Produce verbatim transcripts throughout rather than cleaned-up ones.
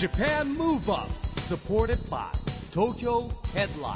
Japan Move Up supported by Tokyo Headline。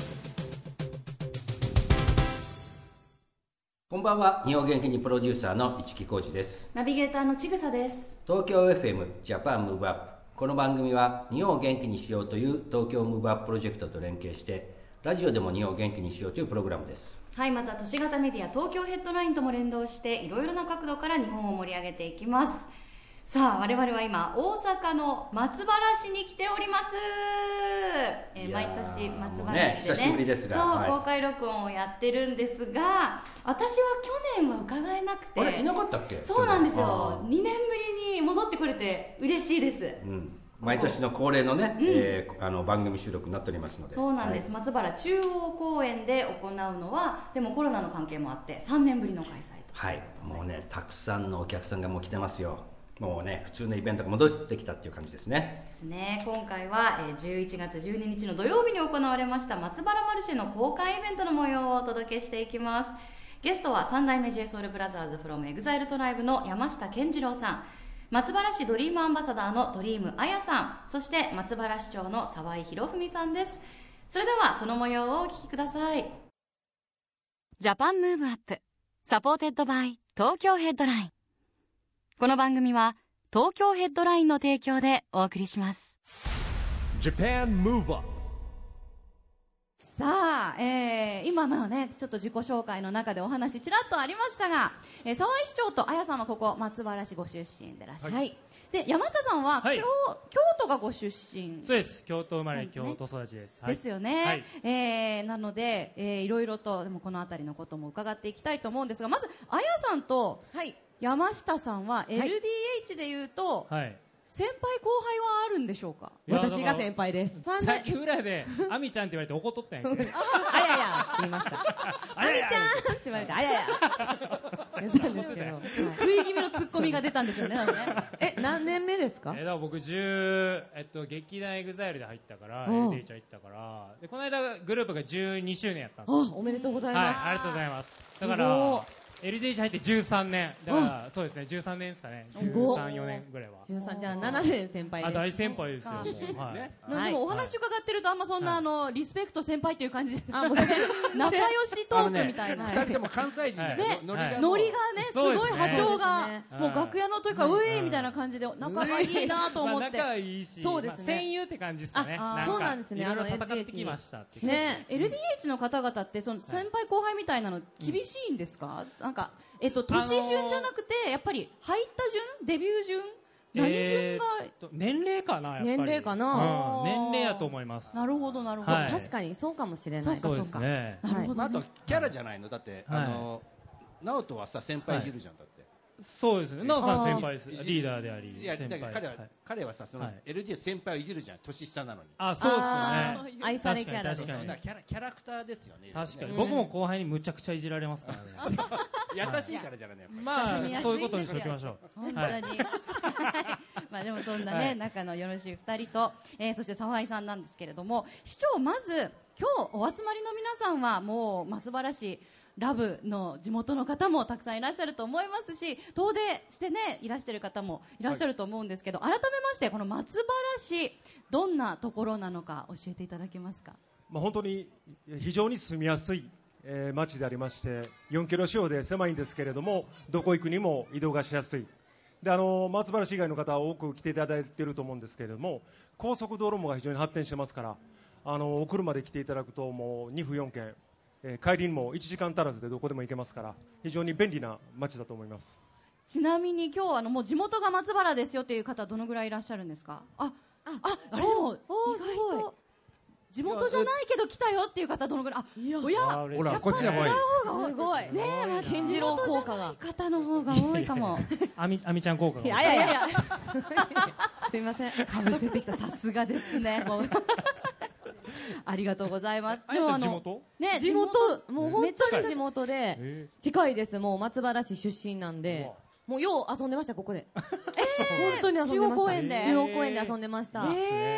こんばんは。日本元気にプロデューサーの市木浩司です。 ナビゲーターのちぐさです。 東京 エフエム Japan Move Up。この番組は日本を元気にしようという東京ムーブアッププロジェクトと連携してラジオでも日本を元気にしようというプログラムです。 はい、また都市型メディア東京ヘッドラインとも連動していろいろな角度から日本を盛り上げていきます。さあ我々は今大阪の松原市に来ております。えー、毎年松原市で ね, ね久しぶりですが、 そう、 はい、 公開録音をやってるんですが、私は去年は伺えなくて。 あれいなかったっけ？ そうなんですよ。にねんぶりに戻ってこれて嬉しいです。 うん、毎年の恒例のね、うん、えー、あの番組収録になっておりますので。 そうなんです、はい、松原中央公園で行うのはでもコロナの関係もあってさんねんぶりの開催と。 はい、もうねたくさんのお客さんがもう来てますよ。もうね普通のイベントが戻ってきたっていう感じですね。 ですね。今回はじゅういちがつじゅうににちの土曜日に行われました松原マルシェの公開イベントの模様をお届けしていきます。ゲストは三代目 j ソ o ル ブラザーズ from エグザイルトライブの山下健二郎さん、松原市ドリームアンバサダーのドリームあやさん、そして松原市長の沢井博文さんです。それではその模様をお聞きください。ジャパンムーブアップサポーテッドバイ東京ヘッドライン。この番組は東京ヘッドラインの提供でお送りします。 Japan Move Up。 さあ、えー、今まあねちょっと自己紹介の中でお話ちらっとありましたが、えー、沢井市長とあやさんはここ松原市ご出身でいらっしゃい、はい、で山下さんは、はい、京, 京都がご出身。 そうです。京都生まれ、ね、京都育ちです、はい、 ですよね、はい、えー、なので、えー、いろいろとでもこの辺りのことも伺っていきたいと思うんですが、まずあやさんと、はい、山下さんは エルディーエイチ でいうと、はい、先輩後輩はあるんってしょうか？ 私が先輩です。 さっき裏であみちゃんって言われて怒っとったんやけどあややって言いましたあみちゃんって言われてあやや言ったんですけど食い気味のツッコミが出たんでしょうね。 え、何年目ですか？ えだから僕じゅう、えっと、劇団エグザイルで入ったから エルディーエイチ 入ったからでこの間グループがじゅうにしゅうねんやったんです。 おめでとうございます。 はい、ありがとうございます。だからエルディーエイチ 入ってじゅうさんねんだからそうですねじゅうさんねんですかね。じゅうさん、よねんぐらいは。 じゅうさんじゃあななねん先輩です。 あ、大先輩ですよ。もう、はいね、でもお話伺ってるとあんまそんな、はい、あのリスペクト先輩という感じで、あもう仲良しトークみたいな、 ね、ふたりとも関西人で、ね、ノリがノリがねすごい波長が、ね、もう楽屋の時からウェイみたいな感じで仲がいいなと思って、 まあ、仲いいし、そうですね、まあ、戦友って感じですかね。 あそうなんですね。 いろいろ戦ってきましたってね。エルディーエイチ の方々ってその先輩後輩みたいなの厳しいんですか？うん、なんかえっと、年順じゃなくてやっぱり入った順デビュー順何順が、 えー、年齢かなやっぱり年齢かな、 うん、年齢やと思います。 なるほどなるほど、 はい、確かにそうかもしれない。 そうかそうか、 ね、 なるほど、ね、 まあ、あとキャラじゃないのだって、はい、あの直人はさ先輩いじるじゃん、はい、だってそうですね。直人さん先輩です。リーダーでありいやだから彼は、 はい、 彼はさその、はい、エルディー 先輩をいじるじゃん年下なのに。 あそうですよね。 愛されキャラです。 キャラキャラクターですよね。 確かに、ね、僕も後輩にむちゃくちゃいじられますからね優しいからじゃないね。 まあそういうことにしておきましょう。 本当に、はい、まあでもそんなね、はい、仲のよろしいふたりと、えー、そして沢井さんなんですけれども、市長まず今日お集まりの皆さんはもう松原市ラブの地元の方もたくさんいらっしゃると思いますし、遠出してねいらしてる方もいらっしゃると思うんですけど、はい、改めましてこの松原市どんなところなのか教えていただけますか？ まあ、本当に非常に住みやすい、えー、町でありまして、よんキロ四方で狭いんですけれどもどこ行くにも移動がしやすいで、あの松原市以外の方は多く来ていただいていると思うんですけれども、高速道路も非常に発展してますから、あのお車で来ていただくともうにふんよんけん、えー、帰りにもいちじかん足らずでどこでも行けますから非常に便利な街だと思います。 ちなみに今日あのもう地元が松原ですよっていう方どのぐらいいらっしゃるんですか？ああああれでも意外と地元じゃないけど来たよっていう方どのぐらい？あいやほらこっちの方がいい。 すごいねえ、健次郎効果が方の方が多いかも。 あみあみちゃん効果が。 いやいやいやすいませんかぶせてきた、さすがですね。ありがとうございます。 でもあの地元ね地元もう本当に地元で近いです。もう松原市出身なんでもうよう遊んでましたここで。えー、本当に遊んでました。 中央公園で中央公園で遊んでました。 えー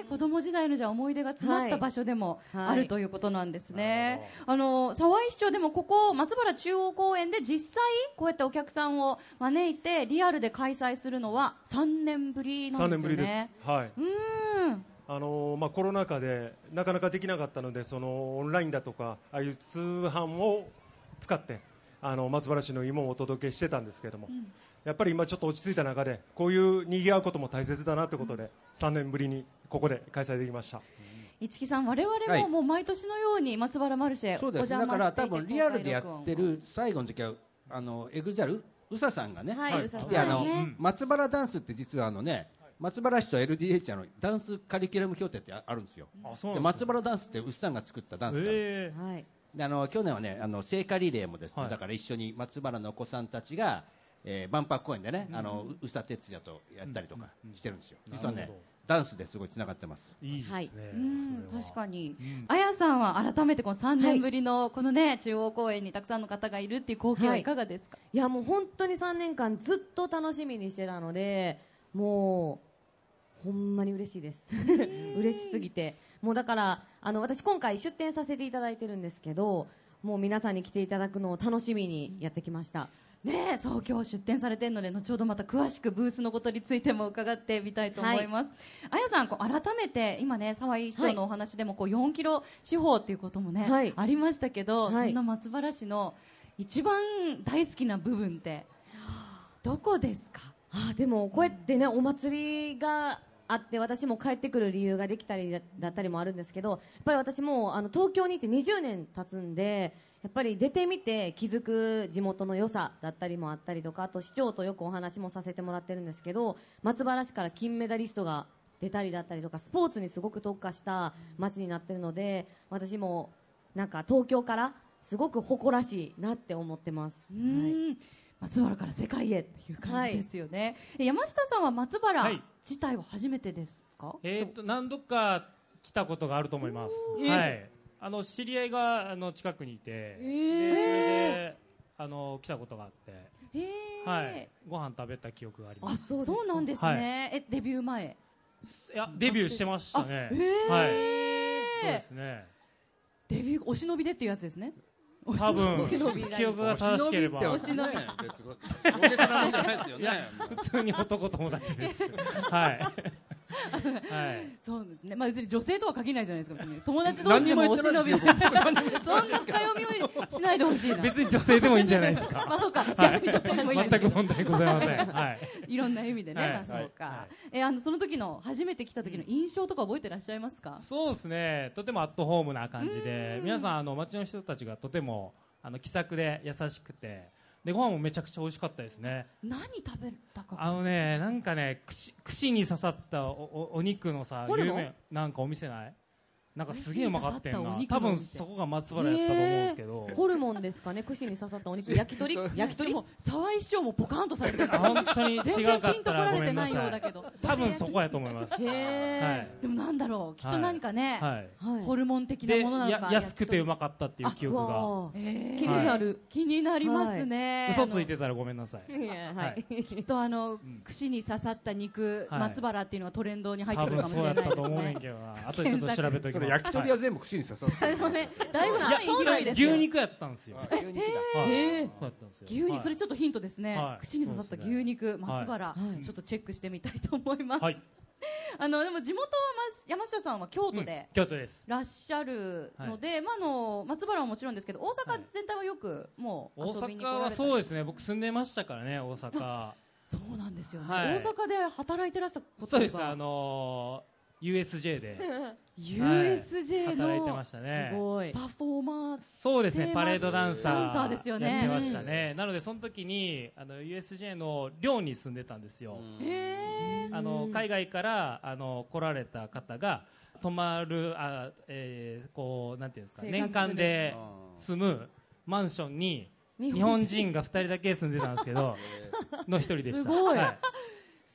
子供時代のじゃあ思い出が詰まった場所でもはいあるということなんですね。あの沢井市長でもここ松原中央公園で実際こうやってお客さんを招いてリアルで開催するのはさんねんぶりなんですよね。 さんねんぶりです。はい。 うん。 あのまあコロナ禍でなかなかできなかったので、そのオンラインだとかああいう通販を使ってあの松原市の芋をお届けしてたんですけども、うん、やっぱり今ちょっと落ち着いた中でこういう賑わうことも大切だなということで、うん、さんねんぶりにここで開催できました。 市木さん、我々ももう毎年のように松原マルシェ、 そうです。だから多分リアルでやってる最後の時はあのエグザルうささんがね、 はい、 であの、はい、松原ダンスって実はあのね、松原市と エルディーエイチ のダンスカリキュラム協定ってあるんですよ。あ、そうなんですか。で松原ダンスってうっさんが作ったダンスなんです。はい。であの去年はね、あの聖火リレーもですね、はい、だから一緒に松原のお子さんたちが、えー、万博公園でね、うん、あの宇佐哲也とやったりとかしてるんですよ。うんうん、実はねダンスですごいつながってます。 いいですね。はい、うん確かに、うん、あやさんは改めてこのさんねんぶりのこのね、はい、中央公園にたくさんの方がいるっていう光景はいかがですか。 はい、いやもう本当にさんねんかんずっと楽しみにしてたので、もうほんまに嬉しいです。嬉しすぎて、もうだからあの私今回出展させていただいてるんですけど、もう皆さんに来ていただくのを楽しみにやってきました。 ねえ、そう今日出展されているので後ほどまた詳しくブースのことについても伺ってみたいと思います。はい、あやさん、こう改めて今ね沢井市長のお話でもこうよんキロ四方っていうこともね、はい、ありましたけど、はい、そんな松原市の一番大好きな部分ってどこですか。 あでもこうやってねお祭りがあって私も帰ってくる理由ができたりだったりもあるんですけど、やっぱり私もあの東京にいてにじゅうねん経つんで、やっぱり出てみて気づく地元の良さだったりもあったりとか、あと市長とよくお話もさせてもらってるんですけど、松原市から金メダリストが出たりだったりとか、スポーツにすごく特化した街になってるので、私もなんか東京からすごく誇らしいなって思ってます。 うん、はい、松原から世界へっていう感じですよね。はい、山下さんは松原自体は初めてですか。はい、 えー、と何度か来たことがあると思います。はい、あの知り合いがあの近くにいて、えー、でそれであの来たことがあって、えーはい、ご飯食べた記憶があります。 あ、そうそうなんですね。はい、えデビュー前。 いやデビューしてましたね。 えー、 はい、そうですね。 デビューお忍びでっていうやつですね。 多分記憶が正しければお忍びって大げさなもんじゃないですよね。 普通に男友達です。はい。 はい、そうですね。まあ別に女性とは限らないじゃないですか。別に友達同士でもお忍びそんな深読みをしないでほしいな。 別に女性でもいいんじゃないですか。 まあそうか、逆に女性でもいいですけど。 全く問題ございません。はい。 いろんな意味でね。はい、まあそうか。はい、えあのその時の初めて来た時の印象とか覚えてらっしゃいますか。 そうですね。とてもアットホームな感じで、皆さんあの街の人たちがとてもあの気さくで優しくて。でご飯もめちゃくちゃ美味しかったですね。 何食べたか。 あのね、なんかね、串串に刺さったおおお肉のさ、有名なんかお店ない？なんかすげえうまかったよな。多分そこが松原やったと思うんですけど。 ホルモンですかね。串に刺さったお肉。焼き鳥？焼き鳥も沢井市長もポカンとされてる。 本当に違うかったらごめんなさい。多分そこやと思います。 へえ。でもなんだろう。きっと何かね、ホルモン的なものなのか。 安くてうまかったっていう記憶が。 気になる。 気になりますね。 嘘ついてたらごめんなさい。 はい。きっとあの串に刺さった肉松原っていうのがトレンドに入ってくるかもしれないですね。 多分そうやったと思うねんけどな。後でちょっと調べときます。 焼き鳥は全部串に刺さったね、だいぶ広いですよ。牛肉やったんですよ。 牛肉だ。牛肉、それちょっとヒントですね。串に刺さった牛肉、松原、ちょっとチェックしてみたいと思います。あのでも地元は山下さんは京都で京都ですらっしゃるので、まあの松原はもちろんですけど、大阪全体はよくもう遊びに来られた。 大阪はそうですね。僕住んでましたからね、大阪。 そうなんですよね。大阪で働いてらしたことが。 そうです。あの ユーエスジェー でユーエスジェー の働いてましたね。 すごいパフォーマー。 そうですね。パレードダンサーダンサーですよね。 やってましたね。なのでその時にあの ユーエスジェー の寮に住んでたんですよ。 へあの海外からあの来られた方が泊まるあ、えー、こうなんていうんですか、年間で住むマンションに日本人がふたりだけ住んでたんですけどの一人でした。 すごい。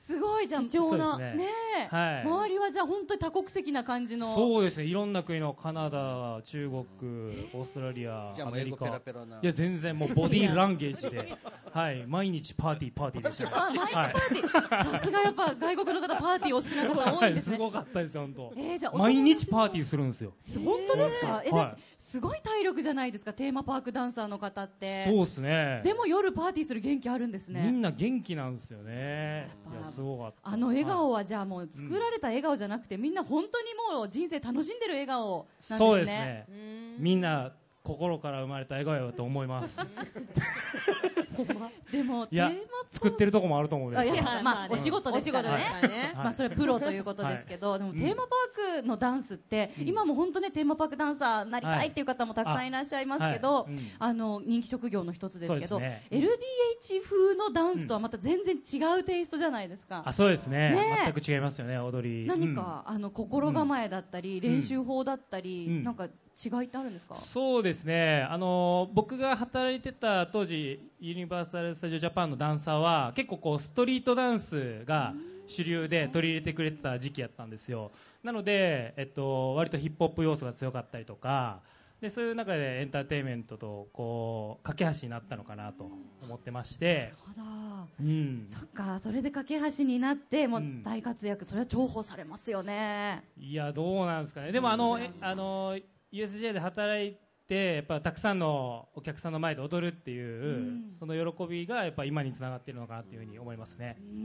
すごいじゃん、 貴重なねえ、はい、周りはじゃあ本当に多国籍な感じの。 そうですね、いろんな国のカナダ、中国、オーストラリア、アメリカ、いや全然もうボディーランゲージで、はい、毎日パーティーパーティーでした、ね。 あ、毎日パーティー、はい、さすがやっぱ外国の方パーティーお好きな方多いんですね。 すごかったです本当。 えー、じゃあ毎日パーティーするんですよ。 本当ですか？えー、 はい、 すごい体力じゃないですか、テーマパークダンサーの方って。 そうですね。 でも夜パーティーする元気あるんですね。 みんな元気なんですよね。いやすごかった。 あの笑顔はじゃあもう作られた笑顔じゃなくて、うん、みんな本当にもう人生楽しんでる笑顔なんですね。 そうですね。みんな心から生まれた笑顔だと思います。 でもいや作ってるとこもあると思うんですけど、 まあお仕事ですからね、まあそれプロということですけど、でもテーマパークのダンスって今も本当ねテーマパークダンサーなりたいっていう方もたくさんいらっしゃいますけど、あの人気職業の一つですけど、エルディーエイチ 風のダンスとはまた全然違うテイストじゃないですか。 あ、そうですね。全く違いますよね、踊り。 何かあの心構えだったり練習法だったりなんか違いってあるんですか？ そうですね、あの僕が働いてた当時ユニバーサル・スタジオ・ジャパンのダンサーは結構こうストリートダンスが主流で取り入れてくれてた時期やったんですよ。なので、えっと、割とヒップホップ要素が強かったりとかで、そういう中でエンターテインメントとこう架け橋になったのかなと思ってまして。 なるほど、 うん、 そっか、それで架け橋になってもう大活躍、うん、それは重宝されますよね。 いやどうなんですかね。でもあのあのユーエスジェー で働いてやっぱたくさんのお客さんの前で踊るっていう、うん、その喜びがやっぱ今につながっているのかなというふうに思いますね。 うん、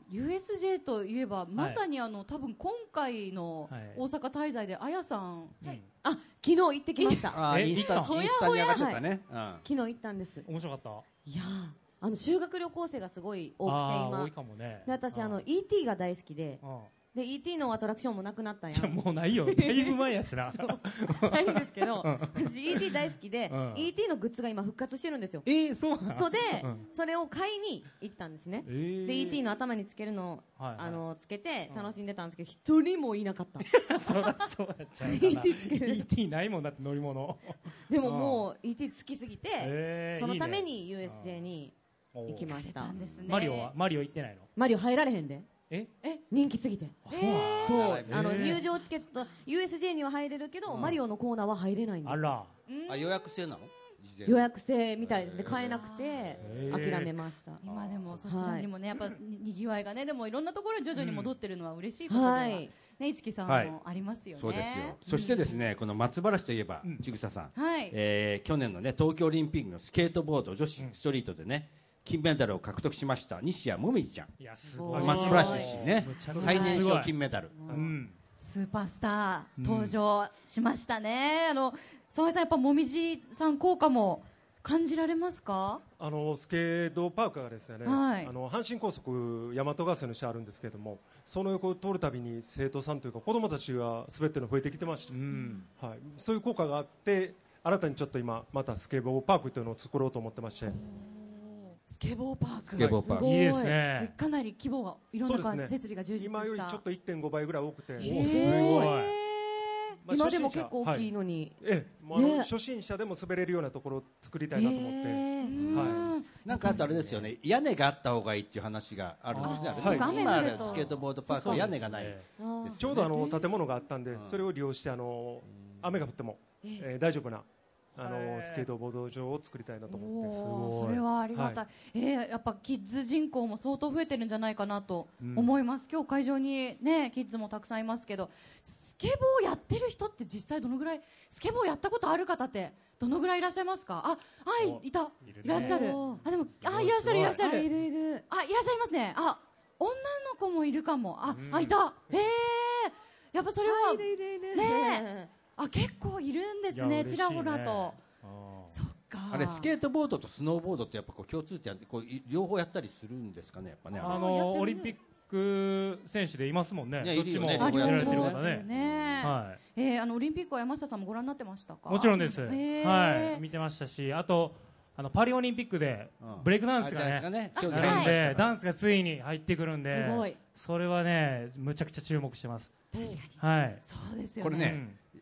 ユーエスジェー といえばまさにあの、はい、多分今回の大阪滞在であやさん、 はい、あ、昨日行ってきました。 あ、インスタ、インスタに上がってたね、 はい、昨日行ったんです。 面白かった。 いやあの修学旅行生がすごい多くて今多いかもね。 で私あの イーティー が大好きで、で イーティー のアトラクションもなくなったんや。 いやもうないよ、だいぶ前やしな。 ないんですけど、私 イーティー 大好きで、うん、イーティー のグッズが今復活してるんですよ。 えー、そうなん？ そうで、うん、それを買いに行ったんですね。えー、で イーティー の頭につけるのを、はいはい、あのつけて楽しんでたんですけど、一、うん、人もいなかった。 そうだそうやっちゃうかな。イーティー ないもんだって乗り物。 でももう イーティー 好きすぎて、えー、そのために ユーエスジェー に行きました。 マリオはマリオ行ってないの？ マリオ入られへんで。 ええ人気すぎて。 あ、そうなん？ そう、あの入場チケット ユーエスジェー には入れるけど、マリオのコーナーは入れないんです。 あら、 あ、予約制なの？ 予約制みたいですね。買えなくて諦めました。 今でもそちらにもね、やっぱにぎわいがね、でもいろんなところに徐々に戻ってるのは嬉しいことではね、市木さんもありますよね。 そうですよ。そしてですね、この松原市といえば千草さん、え去年のね東京オリンピックのスケートボード女子ストリートでね金メダルを獲得しました西矢椛ちゃん。 いやすごい。 松原市出身ね、最年少金メダル。 スーパースター登場しましたね。あの澤井さん、やっぱ椛さん効果も感じられますか？ あのスケートパークがですね、はい、あの阪神高速大和川線の下あるんですけれども、その横を通るたびに生徒さんというか子どもたちが滑ってるの増えてきてました、うん、はい、そういう効果があって新たにちょっと今またスケボーパークというのを作ろうと思ってまして。 スケボーパーク、 スケボーパーク、 いいですね。 かなり規模がいろんな設備が充実した。 今よりちょっと いってんご 倍ぐらい多くて、 おー、すごい。 まあ、今でも結構大きいのに、 はい、ええ、あの初心者でも滑れるようなところを作りたいなと思って、 はい、なんかあとあれですよね、屋根があった方がいいっていう話があるんですね。はい、今あるスケートボードパークは屋根がない、ね、 ちょうどあの建物があったんで、それを利用してあの雨が降っても、えー、大丈夫なあのスケートボード場を作りたいなと思って。すごい、それはありがたい、はい、えー、やっぱキッズ人口も相当増えてるんじゃないかなと思います、うん、今日会場にねキッズもたくさんいますけど、スケボーやってる人って実際どのぐらい、スケボーやったことある方ってどのぐらいいらっしゃいますか？あ、あ、い、いた、いらっしゃる。あ、でも、あ、いらっしゃるいらっしゃる。 いるいる。 あ、いらっしゃいますね。あ、女の子もいるかも。あ、あ、いた。へえ。やっぱそれは、 いるいるいるね、あ、結構いるんですね、ちらほらと。そっか。 あれスケートボードとスノーボードってやっぱこう共通点こう両方やったりするんですかね、やっぱね。 あのオリンピック選手でいますもんね。どっちもやられてる方ね。 はい。えー、あのオリンピックは山下さんもご覧になってましたか？ もちろんです。はい、見てましたし、あとあのパリオリンピックでブレイクダンスがね、あるんでダンスがついに入ってくるんで、それはねむちゃくちゃ注目してます。 確かに。 はい。 そうですよね。 これね。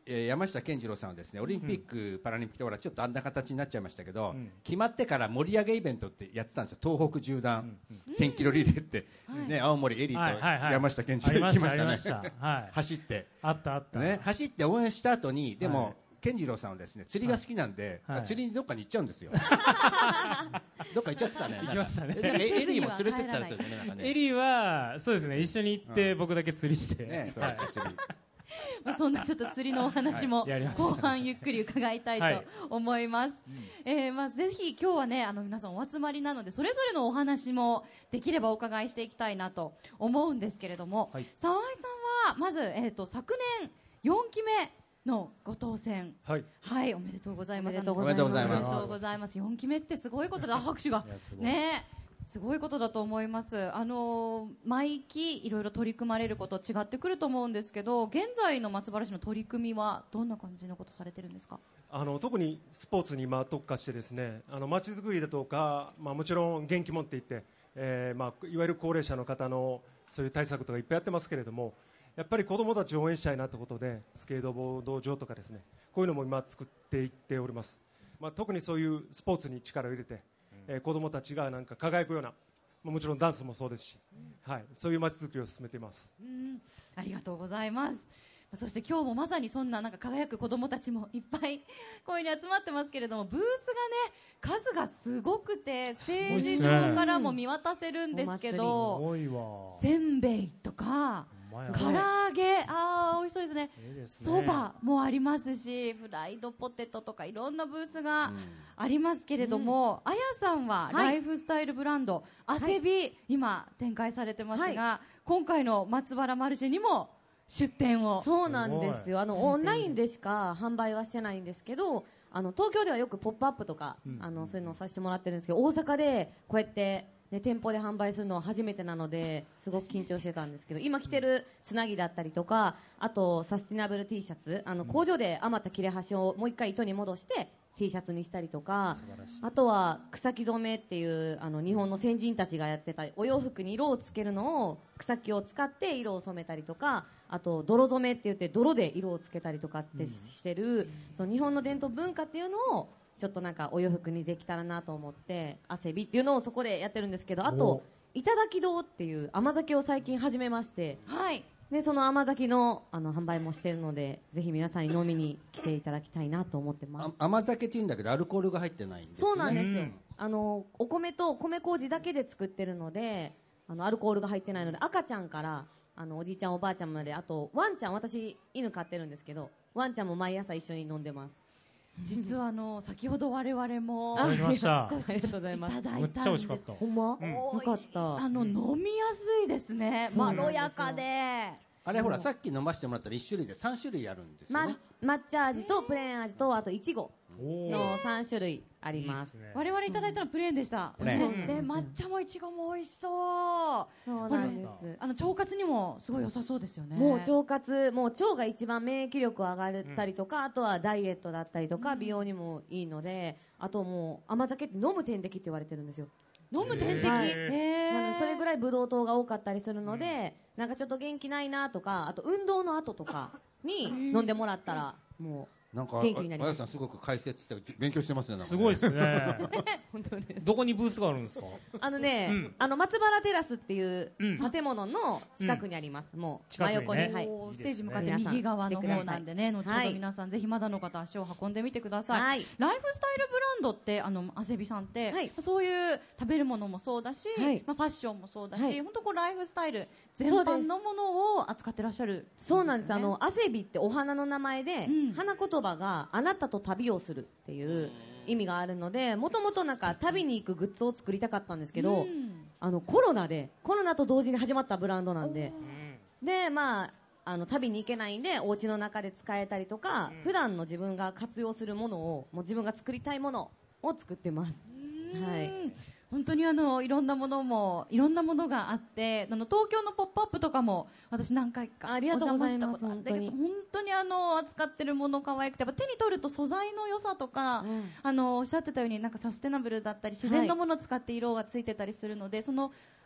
えー、山下健二郎さんはですねオリンピック、うん、パラリンピックでほらちょっとあんな形になっちゃいましたけど、うん、決まってから盛り上げイベントってやってたんですよ。東北縦断、うん、せんキロリレーって、うんね、青森エリーと山下健二郎行きましたね、はい、走ってあったあった、 ね、走って応援した後にでも、はい、健二郎さんはですね釣りが好きなんで、はい、釣りにどっかに行っちゃうんですよどっか行っちゃってたね。 行きましたね。 エリーも連れてったんですよね。なんかねエリーはそうですね一緒に行って僕だけ釣りして、ねはい、 まあそんなちょっと釣りのお話も後半ゆっくり伺いたいと思います、はいえー、まあぜひ今日はねあの皆さんお集まりなのでそれぞれのお話もできればお伺いしていきたいなと思うんですけれども、はい、沢井さんはまず、えー、と昨年よんきめのご当選、はい、はい、おめでとうございます。 おめでとうございます。おめでとうございます。よんきめってすごいことだ。拍手がね、すごいことだと思います。あの毎期いろいろ取り組まれること違ってくると思うんですけど、現在の松原市の取り組みはどんな感じのことされてるんですか？ あの特にスポーツに今特化してですね、あの街づくりだとか、まあもちろん元気もっていって、えー、まあいわゆる高齢者の方のそういう対策とかいっぱいやってますけれども。やっぱり子どもたちを応援したいなということでスケートボード場とかですねこういうのも今作っていっております、まあ、特にそういうスポーツに力を入れて、うんえー、子どもたちがなんか輝くような、まあ、もちろんダンスもそうですし、うんはい、そういう街づくりを進めています、 うん、ありがとうございます。そして今日もまさにそんななんか輝く子どもたちもいっぱいこういうに集まってますけれどもブースがね数がすごくてステージ上からも見渡せるんですけどせんべいとか唐揚げあー美味しそうですね。そばもありますしフライドポテトとかいろんなブースがありますけれども、あやさんはライフスタイルブランドアセビ今展開されてますが、はい、今回の松原マルシェにも出店を。 そうなんですよ。あのオンラインでしか販売はしてないんですけどあの東京ではよくポップアップとか、うん、あのそういうのをさせてもらってるんですけど大阪でこうやってね、店舗で販売するのは初めてなのですごく緊張してたんですけど今着てるつなぎだったりとかあとサスティナブル T シャツあの工場で余った切れ端をもう一回糸に戻して T シャツにしたりとかあとは草木染めっていうあの日本の先人たちがやってたお洋服に色をつけるのを草木を使って色を染めたりとかあと泥染めって言って泥で色をつけたりとかってしてるその日本の伝統文化っていうのをちょっとなんかお洋服にできたらなと思ってアセビっていうのをそこでやってるんですけどあといただき堂っていう甘酒を最近始めまして、はい、でその甘酒 の, あの販売もしているのでぜひ皆さんに飲みに来ていただきたいなと思ってます。 甘酒っていうんだけどアルコールが入ってないんですよね。 そうなんですよ、うん、あのお米と米麹だけで作ってるのであのアルコールが入ってないので赤ちゃんからあのおじいちゃんおばあちゃんまであとワンちゃん私犬飼ってるんですけどワンちゃんも毎朝一緒に飲んでます。 実はあの先ほど我々も少しいただいたんです。 ほんま、うん、よかった。 あの飲みやすいですね。まろやかで。 あれほらさっき飲ませてもらったら一種類で三種類あるんですよね。 ま、抹茶味とプレーン味とあといちごのさん種類あります。いいね、我々いただいたのプレーンでした。うん、で抹茶もいちごも美味しそう。 そうなんです。 あの腸活にもすごい良さそうですよね。 もう腸活もう腸が一番免疫力上がったりとか、うん、あとはダイエットだったりとか、うん、美容にもいいのであともう甘酒って飲む点滴って言われてるんですよ。 飲む点滴、 はい、なのそれぐらいブドウ糖が多かったりするので、うん、なんかちょっと元気ないなとかあと運動の後とかに飲んでもらったらもうなんか元気になります。あやさんすごく解説して勉強してますね。 すごいですね。本当です。どこにブースがあるんですか？ あのね、うん、あの松原テラスっていう建物の近くにあります。うん、もう真横に、ね、はい、 ステージ向かって右側の方なんでね、後ほど皆さん、はい、ぜひまだの方足を運んでみてください。はい、ライフスタイルブランドってあのあせびさんって、はい、そういう食べるものもそうだし、はい、まあファッションもそうだし、はい、本当こうライフスタイル全般のものを扱ってらっしゃる。 そうなんです。あのあせびってお花の名前で、うん、花言葉があなたと旅をするっていう意味があるのでもともとなんか旅に行くグッズを作りたかったんですけど、うん、あのコロナでコロナと同時に始まったブランドなんでで、まあ、あの旅に行けないんでお家の中で使えたりとか、うん、普段の自分が活用するものをもう自分が作りたいものを作ってます。はい、 本当にあのいろんなものもいろんなものがあってあの東京のポップアップとかも私何回かお邪魔したことあって本当にあの扱ってるもの可愛くてやっぱ手に取ると素材の良さとか、うん、あのおっしゃってたようになんかサステナブルだったり自然のものを使って色がついてたりするので、はい、その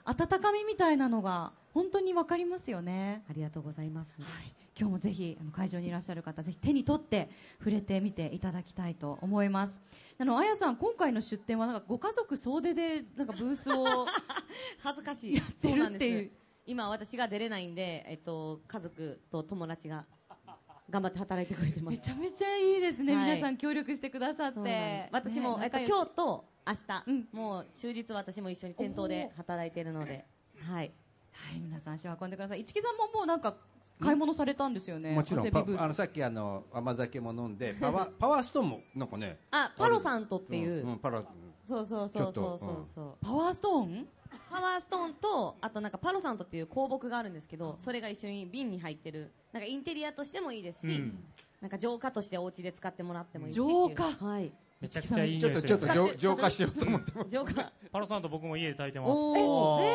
温かみみたいなのが本当に分かりますよね。 ありがとうございます、 はい、今日もぜひあの会場にいらっしゃる方ぜひ手に取って触れてみていただきたいと思います。あのあやさん、今回の出展はなんかご家族総出でなんかブースを恥ずかしいやってるっていう。 今私が出れないんで、えっと、家族と友達が頑張って働いてくれてます。 めちゃめちゃいいですね、 はい、 皆さん協力してくださって。 私も、 ね、 えっと、今日と明日、うん、もう終日私も一緒に店頭で働いているので、はい、 はい、皆さん足を運んでください。市木さんももうなんか買い物されたんですよね。 もちろんあのさっきあの甘酒も飲んでパワーパワーストーンもなんかね、 あ、パロサントっていう、 うんうん、パロそうそうそうそうそうそう、うん、 パワーストーンパワーストーンとあとなんかパロサントっていう香木があるんですけど、それが一緒に瓶に入ってる、なんかインテリアとしてもいいですし、うん、なんか浄化としてお家で使ってもらってもいいし。 浄化、 はい、 めちゃくちゃいいんですよ。 ちょっとちょっと浄化しようと思ってます。 浄化パロサント僕も家で炊いてます。 おー、 はい、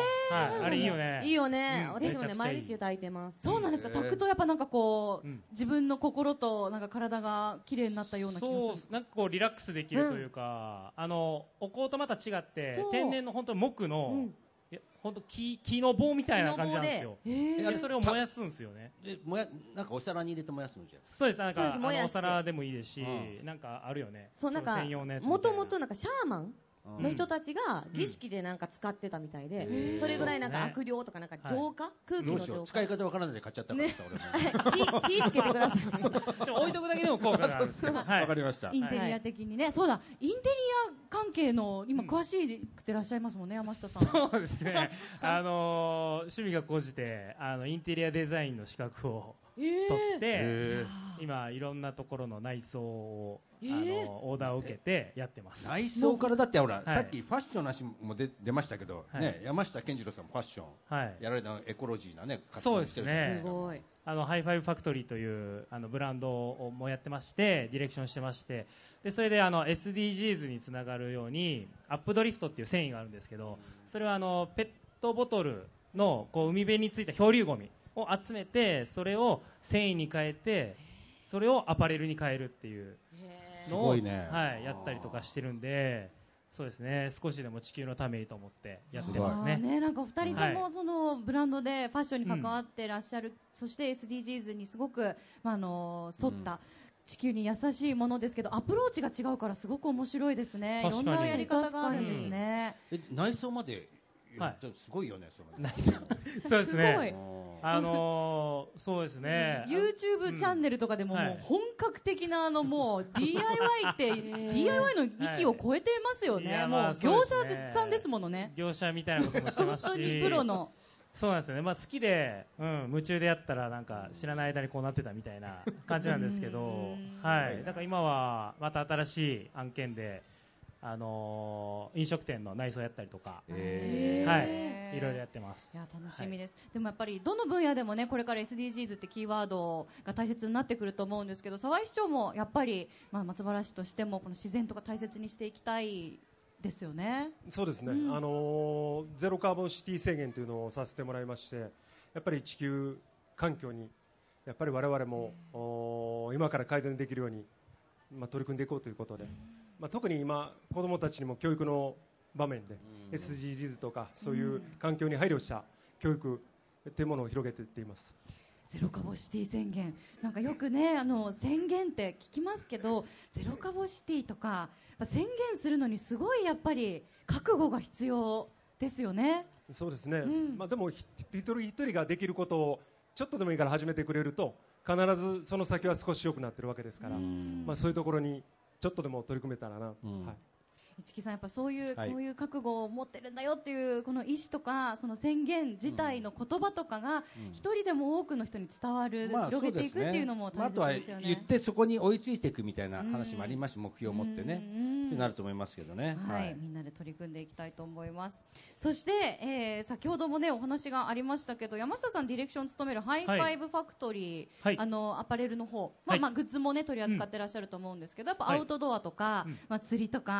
あれいいよね。 いいよね、うん、私もね毎日炊いてます。 そうなんですか。炊くとやっぱなんかこう、うん、自分の心となんか体が綺麗になったような気がする。 そう、なんかこうリラックスできるというか、うん、あのお香とまた違って天然の本当に木の、うん、いや本当 木, 木の棒みたいな感じなんですよ。でそれを燃やすんですよね。 えもやなんかお皿に入れて燃やすのじゃん。 そうです。なんかあのお皿でもいいですし、うん、なんかあるよね。 そうなんかもともとなんかシャーマンの人たちが儀式でなんか使ってたみたいで、うん、それぐらいなんか悪霊とかなんか浄化、はい、空気の浄化使い方わからないで買っちゃったからさ、ね、 俺も気, 気つけてください。 でも置いとくだけでも効果があるんですよ。 わ、はい、かりました。 インテリア的にね、はい、そうだ、インテリア関係の今詳しくてらっしゃいますもんね、うん、山下さん。 そうですね。あのー、趣味が高じてあのインテリアデザインの資格を取って、えー、今いろんなところの内装を、えー、あのオーダーを受けてやってます。 内装からだってほら、はい、さっきファッションの話も 出, 出ましたけど、はい、ね、山下健二郎さんもファッション、はい、やられたエコロジーなね活動してるんです。 そうですね。すごい。あのハイファイブファクトリーというあのブランドをもやってまして、ディレクションしてまして、でそれであの エスディージーズ につながるようにアップドリフトっていう繊維があるんですけど、それはあのペットボトルのこう海辺についた漂流ゴミを集めて、それを繊維に変えて、それをアパレルに変えるっていうのを、ね、はい、やったりとかしてるんで、そうですね、少しでも地球のためにと思ってやってますね。 ね、なんかお二人ともそのブランドでファッションに関わってらっしゃる、うん、そして エスディージーズ にすごく、まあ、あの沿った地球に優しいものですけど、アプローチが違うからすごく面白いですね。いろんなやり方があるんですね。 え、内装まで、はい、すごいよね。その内装そうですね。あのー、そうですね。 YouTube チャンネルとかでも、もう本格的なあのもう ディーアイワイ って ディーアイワイ の域を超えてますよね。はい、もう業者さんですものね。 業者みたいなこともしてますし。 本当にプロの。 そうなんですよね。まあ好きで、うん、夢中でやったらなんか知らない間にこうなってたみたいな感じなんですけど、はい。だから今はまた新しい案件で。あのー、飲食店の内装やったりとか、えー、はい、いろいろやってます。 いや楽しみです、はい、でもやっぱりどの分野でもね、これから エスディージーズ ってキーワードが大切になってくると思うんですけど、沢井市長もやっぱり、まあ、松原市としてもこの自然とか大切にしていきたいですよね。 そうですね、うん、あのー、ゼロカーボンシティ宣言というのをさせてもらいまして、やっぱり地球環境にやっぱり我々も、今から改善できるように、まあ、取り組んでいこうということで、まあ、特に今子どもたちにも教育の場面で エスディージーズ とかそういう環境に配慮した教育というものを広げていっています。 ゼロカボシティ宣言、なんかよくね、あの宣言って聞きますけど、ゼロカボシティとか宣言するのにすごいやっぱり覚悟が必要ですよね。 そうですね、うん、まあ、でも一人一人ができることをちょっとでもいいから始めてくれると、必ずその先は少し良くなっているわけですから、まあ、そういうところにちょっとでも取り組めたらな、うん、はい、 市木さん、やっぱそういう、はい、こういう覚悟を持ってるんだよっていうこの意思とか、その宣言自体の言葉とかが一人でも多くの人に伝わる、まあ、広げていくっていうのも大切ですよね。まあ、あとは言ってそこに追いついていくみたいな話もありますし、目標を持ってねってなると思いますけどね、 はい、はい、みんなで取り組んでいきたいと思います。そして、えー、先ほどもねお話がありましたけど、山下さんディレクションを務めるハイファイブファクトリー、はい、あのアパレルの方、まあ、はい、まあ、グッズもね取り扱ってらっしゃると思ううんですけど、やっぱアウトドアとか、はい、まあ、釣りとか、まあ、自然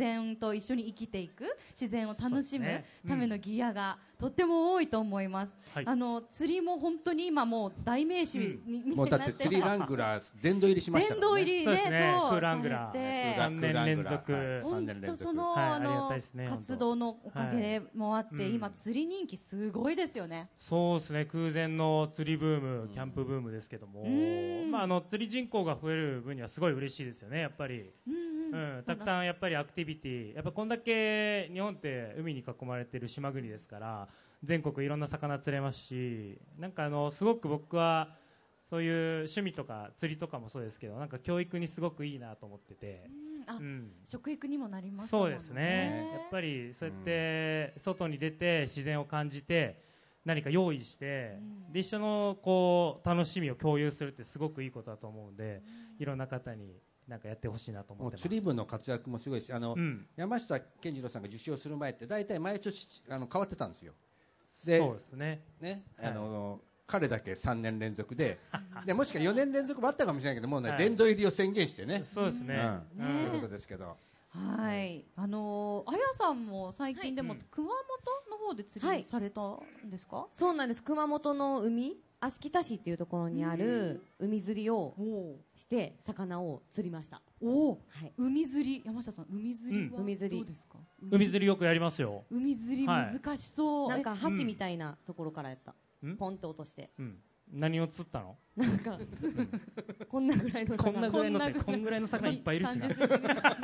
然と一緒に生きていく、自然を楽しむためのギアがとっても多いと思います、はい、あの釣りも本当に今もう代名詞に、うん、 もうだって釣りラングラー殿堂入りしましたからね。 殿堂入りね、 そうですね、 そうクーラングラーさんねん連続、 本当その、はい、あの活動のおかげもあって、はい、今釣り人気すごいですよね。 そうですね、空前の釣りブーム、キャンプブームですけども、まあ、あの釣り人口が増える分にはすごい嬉しいですよね、やっぱり。うん、たくさんやっぱりアクティビティ、やっぱこんだけ日本って海に囲まれている島国ですから、全国いろんな魚釣れますし、なんかあのすごく僕はそういう趣味とか釣りとかもそうですけど、なんか教育にすごくいいなと思ってて、 うん、あ、うん、食育にもなりますもんね。 そうですね、やっぱりそうやって外に出て自然を感じて何か用意して、うん、で一緒のこう楽しみを共有するってすごくいいことだと思うんで、うん、いろんな方になんかやってほしいなと思ってます。 釣り部の活躍もすごいし、あの、うん、山下健二郎さんが受賞する前って大体毎年あの変わってたんですよ。 でそうですね。 ね、はい、あの彼だけさんねん連続で、でもしくはよねん連続もあったかもしれないけどもうね、はい、殿堂入りを宣言してね。 そうですね。 うん、ね、ということですけど。 はい、あのー、あやさんも最近でも、はい、熊本の方で釣りされたんですか？はい、 そうなんです。熊本の海、芦北市っていうところにある海釣りをして魚を釣りました。 おお、はい、海釣り、山下さん、海釣りはどうですか？ 海釣りよくやりますよ。 海釣り難しそう。 はい、なんか箸みたいなところからやった。うん、ポンと落として。 うん、何を釣ったの？ なんか、うん、こんなぐらいの魚。こんなぐらいのってこんぐらいの魚いっぱいいるしな。食べ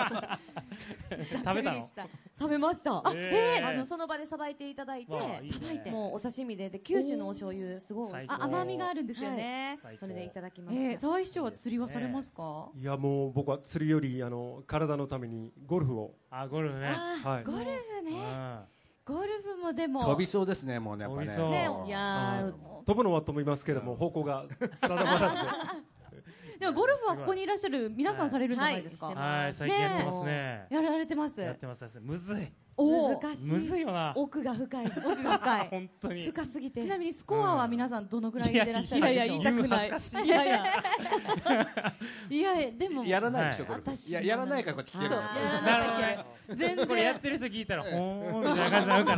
たの？ 食べました。 あ、えー、あのその場でさばいていただいて、 さばいて、 もうお刺身で、で九州のお醤油すごい美味しい。 あ、甘みがあるんですよね。 はい、それでいただきました。 えー、沢井市長は釣りはされますか？ いやもう僕は釣りよりあの体のためにゴルフを。 あ、ゴルフね。 はい。 ゴルフね。ゴルフもでも飛びそうですね、もうね、やっぱね。ね、 いや飛ぶのは飛びますけども、方向が定まらず。 でもゴルフはここにいらっしゃる皆さんされるんじゃないですか？ はい、最近やってますね。 やられてます。 やってます。むずい。 難しい。 むずいよな。 奥が深い。 奥が深い。 本当に。 深すぎて。 ちなみにスコアは皆さんどのくらいでいらっしゃるんでしょう？ いやいや言いたくない。いやいや。 いやでもやらないでしょ、ゴルフ。いややらないからこっち聞ける。 なるほど。全然これやってる人聞いたらほーんみたいな感じになるから。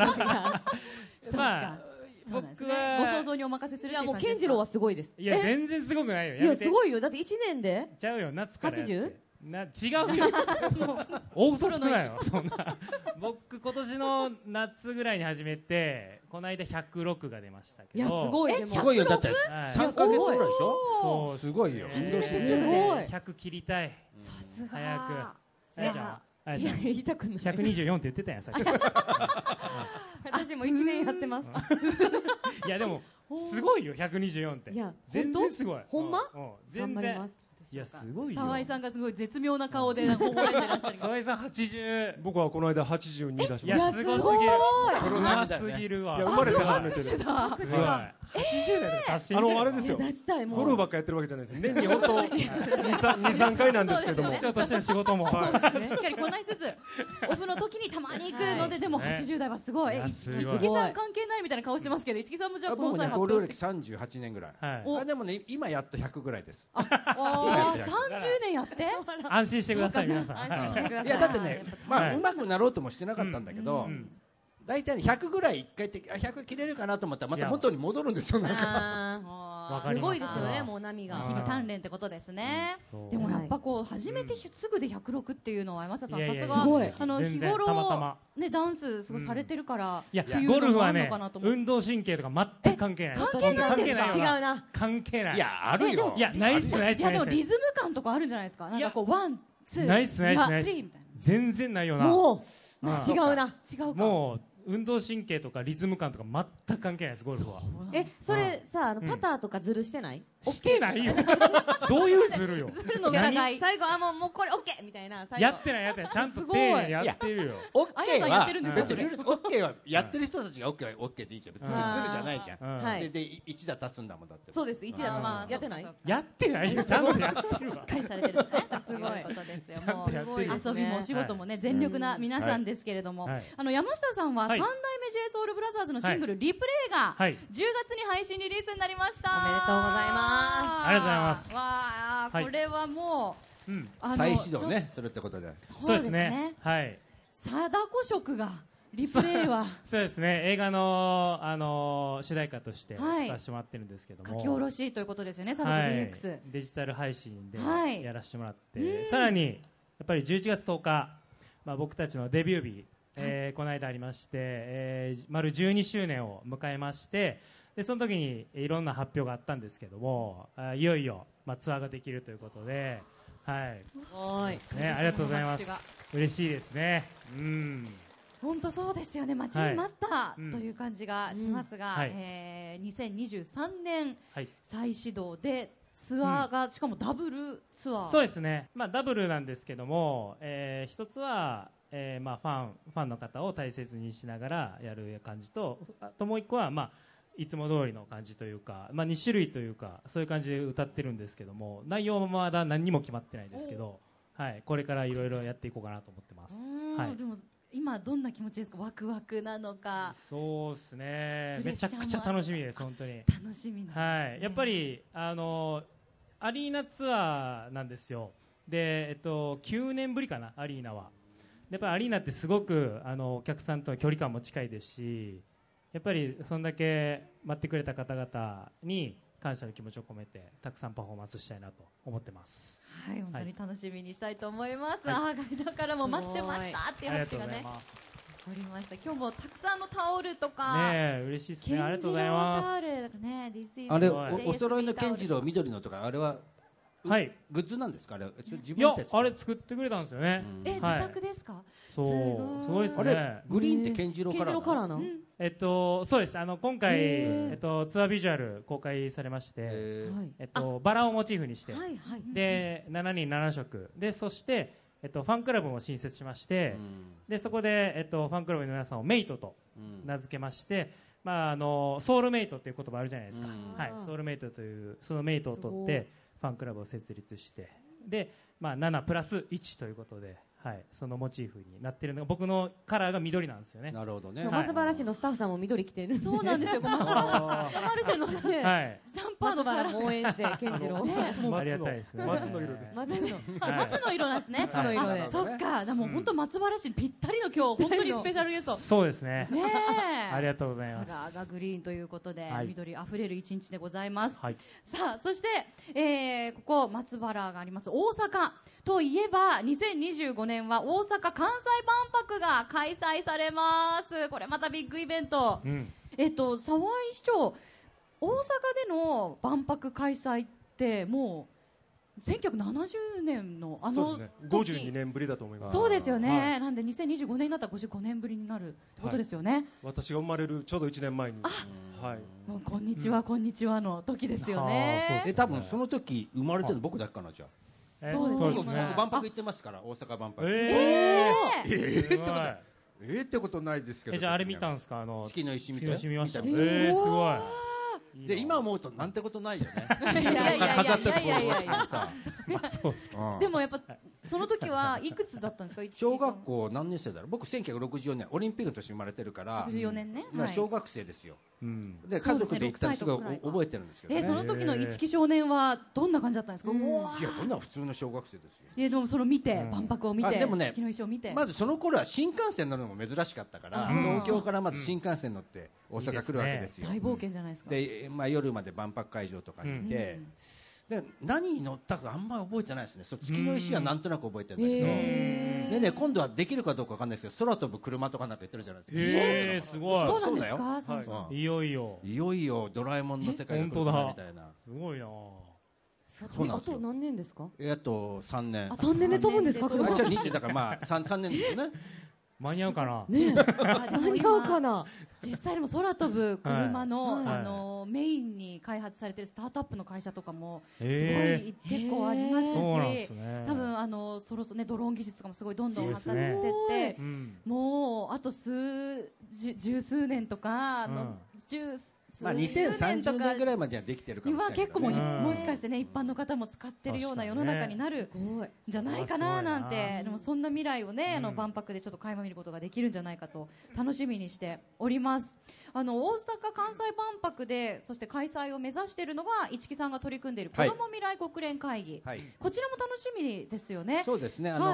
まあ。僕はご想像にお任せする。いやもう健次郎はすごいです。 いや全然すごくないよ。 いやすごいよ。だって一年で。 ちゃうよ、夏から。 八十？ な違うよ。大嘘つくなよ。そんな。僕今年の夏ぐらいに始めて、この間ひゃくろくが出ましたけど。 いやすごい。 すごいよ。だって三ヶ月ぐらいでしょ。 そうすごいよ。 すごい。 ひゃく切りたい。 さすが。 早く。 いやいや言いたくない。 ひゃくにじゅうよんって言ってたやんさっき。 私も一年やってます。 いやでもすごいよひゃくにじゅうよんって。いや全然すごい。 ほんま？ 全然。いやすごいよ。 沢井さんがすごい絶妙な顔で微笑んでらっしゃる。 沢井さんはちじゅう。 僕はこの間はちじゅうに出しました。 いやすごすぎる。うますぎるわ。 いや生まれて初めてです。 すごい。はちじゅう代で達してあのあれですよ。ゴルフばっかやってるわけじゃないです。年に本当にさんかいなんですけども。 師匠としての仕事も。 しっかりこなしつつ、オフの時にたまに行くので、でもはちじゅう代はすごい。市木さん関係ないみたいな顔してますけど、市木さんもじゃあこの際発表して。 僕ねゴルフ歴さんじゅうはちねんぐらい。あでもね今やっとひゃくぐらいです。 あ、さんじゅうねんやって。 安心してください皆さん。 いやだってね、まあ上手くなろうともしてなかったんだけど。大体ひゃくぐらいいっかいってひゃく切れるかなと思ったらまた元に戻るんですよ。なんかすごいですよね、もう波が日々鍛錬ってことですね。でもやっぱこう初めてすぐでひゃくろくっていうのは山下さんさすがあの日頃ねダンスすごいされてるからいやゴルフはね運動神経とか全く関係ない。 関係ないですか？ 違うな。 関係ない。 いやあるよ。 いやナイスナイス。 いやでもリズム感とかあるんじゃないですか。なんかこうワンツーナイスナイスナイスみたいな。全然ないよな。 もう違うな。 違うか。 もう運動神経とかリズム感とか全く関係ないですゴルフは。 えそれさあのパターとかずるしてない？ してないよ。どういうずるよ。 ずるの疑い。 最後あもうもうこれオッケーみたいな。 やってないやってないちゃんと丁寧にやってるよ。 オッケーは別にオッケーはやってる人たちがオッケーはオッケーでいいじゃん。別にずるじゃないじゃん。でで一打足すんだもんだって。 そうです一打足す。やってない？ やってないよ。ちゃんとやってるわ。 しっかりされてるね。すごいことですよ。もう遊びもお仕事もね全力な皆さんですけれども、あの山下さんは三代目 Jソウルブラザーズのシングルリプレイがじゅうがつに配信リリースになりました。 おめでとうございます。 ありがとうございます。わあ、これはもう、 うん、再始動ねするってことで。 そうですね。はい。 貞子色がリプレイはそうですね、映画の、あのー主題歌として使わせてもらってるんですけども、 書き下ろしということですよね、貞子 ディーエックス、 はい、デジタル配信ではいやらせてもらって、さらにやっぱりじゅういちがつとおか、まあ、僕たちのデビュー日、えーこの間ありまして、えー丸じゅうにしゅうねんを迎えまして、でその時にいろんな発表があったんですけども、あいよいよ、まあ、ツアーができるということで、はい、 はいね、ありがとうございます。嬉しいですね。うん。 本当そうですよね、待ちに待った、 はい、 という感じがしますが、 うんはい、 えー、にせんにじゅうさんねん、 はい、 再始動でツアーが、うん、しかもダブルツアー。 そうですね、まあ、ダブルなんですけども、えー、一つは、えーまあ、ファンファンの方を大切にしながらやる感じと、あともう一個は、まあ、いつも通りの感じというか、まあ、にしゅるいというか、そういう感じで歌ってるんですけども、内容はまだ何にも決まってないですけど、はい、これからいろいろやっていこうかなと思ってます。はい、 でも今どんな気持ちですか？ワクワクなのか。 そうですね、めちゃくちゃ楽しみです。本当に楽しみなんですね。 はい、やっぱりあのアリーナツアーなんですよ。で、えっと、きゅうねんぶりかな、アリーナは。やっぱりアリーナってすごくあのお客さんとの距離感も近いですし、やっぱりそんだけ待ってくれた方々に感謝の気持ちを込めてたくさんパフォーマンスしたいなと思ってます。 はい、本当に楽しみにしたいと思います。はい、あ、会場からも待ってましたっていう拍手がねおりました。今日もたくさんのタオルとかね、嬉しいですね。ありがとうございます。 タオルとかね、 あれ お, お揃いの健次郎緑のとかあれは、 はい、 グッズなんですか？あれ自分たち、いや、あれ作ってくれたんですよね。 うん、え、自作ですか？ そう、すごいですね。 あれグリーンって健次郎カラーなの？ うん、えっとそうです。あの今回えっとツアービジュアル公開されまして、えっとバラをモチーフにして、はいはい、でしちにんななしょくで、そしてえっとファンクラブも新設しまして、うん、でそこでえっとファンクラブの皆さんをメイトと名付けまして、まああのソウルメイトっていう言葉あるじゃないですか。うん、はい、ソウルメイトというそのメイトを取ってファンクラブを設立して、でまあななプラスいちということで。はい、そのモチーフになっているのが僕のカラーが緑なんですよね。 なるほどね。 松原市のスタッフさんも緑着てる。 そうなんですよ。松原マルシェのね、はい、ジャンパーのカラー応援して健次郎。ね、 もうありがたいですね。 松の色です。 松の松の色なんですね。 松の色で。 そっか、でも本当松原市ぴったりの今日本当にスペシャルゲスト。 そうですね。 ね、 ありがとうございます。 カラーがグリーンということで、 はい、 緑あふれる一日でございます。 はい、 さあ、そして、えー、ここ松原があります大阪といえばにせんにじゅうごねんは大阪関西万博が開催されます。これまたビッグイベント、うん、えっと沢井市長、大阪での万博開催ってもうせんきゅうひゃくななじゅうねんのあの時、 ね、ごじゅうにねんぶりだと思います。 そうですよね、はい、なんでにせんにじゅうごねんになったらごじゅうごねんぶりになるってことですよね、はい、 私が生まれるちょうどいちねんまえに、 はい、もうこんにちは、うん、こんにちはの時ですよね。 え、多分その時生まれてるの僕だけかな。じゃあそうですね。 僕万博行ってますから、大阪万博。 えー、 えー、ってことえーってことないですけど。 じゃああれ見たんですか？あの月の石見た。月の石見ました。えー、すごい。で今思うとなんてことないよね。 いやいやいやいやいやいやいやいや。 そうですか。 でもやっぱその時はいくつだったんですか？ 小学校何年生だろう。僕せんきゅうひゃくろくじゅうよねんオリンピックの年生まれてるから。 ろくじゅうよねんね。 小学生ですよ。で家族で行ったのすごい覚えてるんですけどね。 え、その時の一木少年はどんな感じだったんですか？いや、こんな普通の小学生ですよ。 いや、でもそれを見て、万博を見て、 でもね、 月の石を見て、 まずその頃は新幹線乗るのも珍しかったから、東京からまず新幹線乗って大阪来るわけですよ。 大冒険じゃないですか。 で、まあ夜まで万博会場とかにいて。で何に乗ったかあんまり覚えてないですね。そう月の石はなんとなく覚えてるんだけど、でね、今度はできるかどうかわかんないですけど、空飛ぶ車とかなんか言ってるじゃないですか。 えー、すごい。 そうなんですか？ はい、いよいよいよいよドラえもんの世界が来るみたいな。 すごいな。 そうなんですよ。あと何年ですか？ え、あとさんねん。 あ、さんねんで飛ぶんですか？車。 あ、じゃあにじゅうだからまあ三三年ですよね。 間に合うかな。 ね、間に合うかな。 実際でも空飛ぶ車の、はい、あのメインに開発されているスタートアップの会社とかもすごい結構ありますし、 ね、 多分あのそろそろねドローン技術とかもすごいどんどん発達していって、ね、うん、もうあと数十十数年とかの、うん、十まあにせんさんじゅうねんぐらいまではできてるかもしれないけどね。 今結構も、もしかしてね一般の方も使ってるような世の中になるじゃないかななんて。でもそんな未来をね、あの万博でちょっと垣間見ることができるんじゃないかと楽しみにしております。あの大阪・関西万博でそして開催を目指しているのが市木さんが取り組んでいる子ども未来国連会議、はい、こちらも楽しみですよね。 そうですね。あの、はい、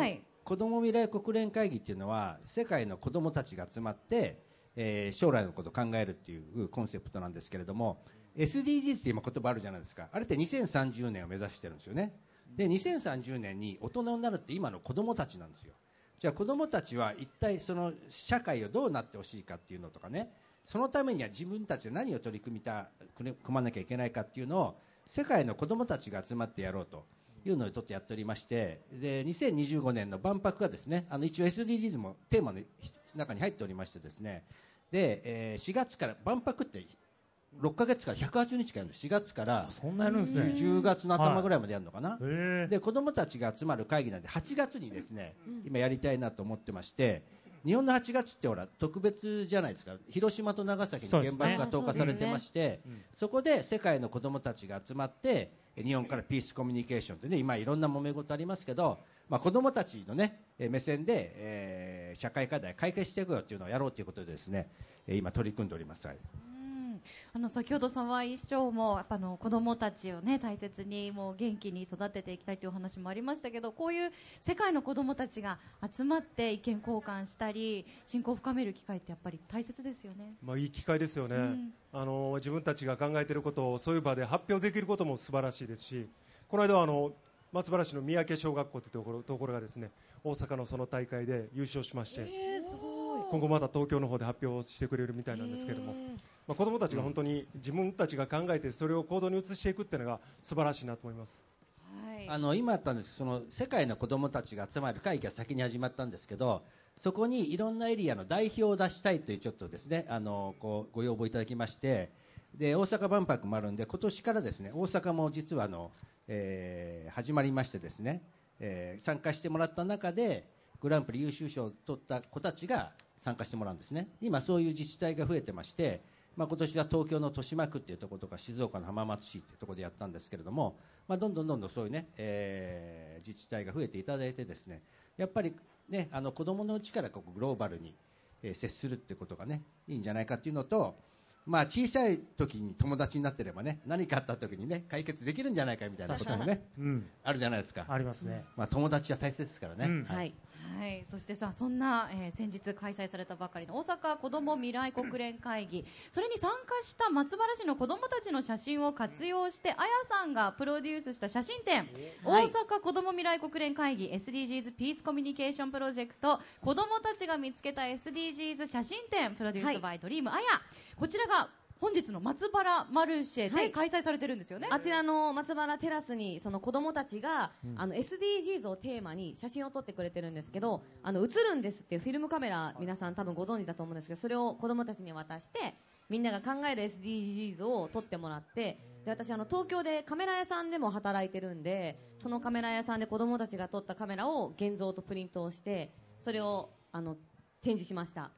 子ども未来国連会議っていうのは世界の子どもたちが集まって、えー、将来のことを考えるっていうコンセプトなんですけれども、 エスディージーズ って今言葉あるじゃないですか。あれってにせんさんじゅうねんを目指してるんですよね。でにせんさんじゅうねんに大人になるって今の子どもたちなんですよ。じゃあ子どもたちは一体その社会をどうなってほしいかっていうのとかね、そのためには自分たちで何を取り組みた組まなきゃいけないかっていうのを世界の子どもたちが集まってやろうというのをちょっとやっておりまして、でにせんにじゅうごねんの万博がですね、あの一応 エスディージーズ もテーマの中に入っておりましてですね、で、えー、しがつから万博ってろっかげつからひゃくはちじゅうにちかやるの。しがつからそんなやるんですね。 じゅうがつの頭ぐらいまでやるのかな、 はい、 で子どもたちが集まる会議なんではちがつにですね、うん、今やりたいなと思ってまして、日本のはちがつってほら特別じゃないですか。広島と長崎に原爆が投下されてまして、 そ, ね、そこで世界の子どもたちが集まって日本からピースコミュニケーションってね、今いろんな揉め事ありますけど、まあ、子どもたちのね目線で、えー、社会課題解決していくよっていうのをやろうということでですね、今取り組んでおります。はい、 あの先ほど沢井市長もやっぱあの子どもたちを、ね、大切にもう元気に育てていきたいというお話もありましたけど、こういう世界の子どもたちが集まって意見交換したり親交を深める機会ってやっぱり大切ですよね。 まあ、いい機会ですよね、うん、あの自分たちが考えていることをそういう場で発表できることも素晴らしいですし、この間はあの松原市の三宅小学校というところ、ところがですね大阪のその大会で優勝しまして、えー、すごい。今後また東京の方で発表してくれるみたいなんですけれども、えーまあ、子どもたちが本当に自分たちが考えてそれを行動に移していくっていうのが素晴らしいなと思います。 はい、あの今あったんですけど、その世界の子どもたちが集まる会議が先に始まったんですけど、そこにいろんなエリアの代表を出したいというちょっとですね、あのこうご要望いただきまして、で大阪万博もあるんで今年からですね大阪も実はあの、えー、始まりましてですね、えー、参加してもらった中でグランプリ優秀賞を取った子たちが参加してもらうんですね。今そういう自治体が増えてまして、まあ、今年は東京の豊島区っていうところとか静岡の浜松市っていうところでやったんですけれども、まあ、どんどんどんどんそういうね、えー、自治体が増えていただいてですね、やっぱりねあの子どものうちからここグローバルに、えー、接するっていうことがねいいんじゃないかっていうのと、まあ、小さい時に友達になってればね何かあった時にね解決できるんじゃないかみたいなこともね、うん、あるじゃないですか。 ありますね、 まあ、友達は大切ですからね、うんはいはいはい、そしてさそんな、えー、先日開催されたばかりの大阪子ども未来国連会議、それに参加した松原市の子どもたちの写真を活用してあやさんがプロデュースした写真展、はい、大阪子ども未来国連会議 エスディージーズ ピースコミュニケーションプロジェクト子どもたちが見つけた エスディージーズ 写真展プロデュースバイドリームあや、こちらが本日の松原マルシェで開催されてるんですよね、 はい、あちらの松原テラスにその子どもたちが、うん、あの エスディージーズ をテーマに写真を撮ってくれてるんですけど、あの映るんですっていうフィルムカメラ皆さん多分ご存知だと思うんですけど、それを子どもたちに渡してみんなが考える エスディージーズ を撮ってもらって、で私あの東京でカメラ屋さんでも働いてるんで、そのカメラ屋さんで子どもたちが撮ったカメラを現像とプリントをしてそれをあの展示しました。はい、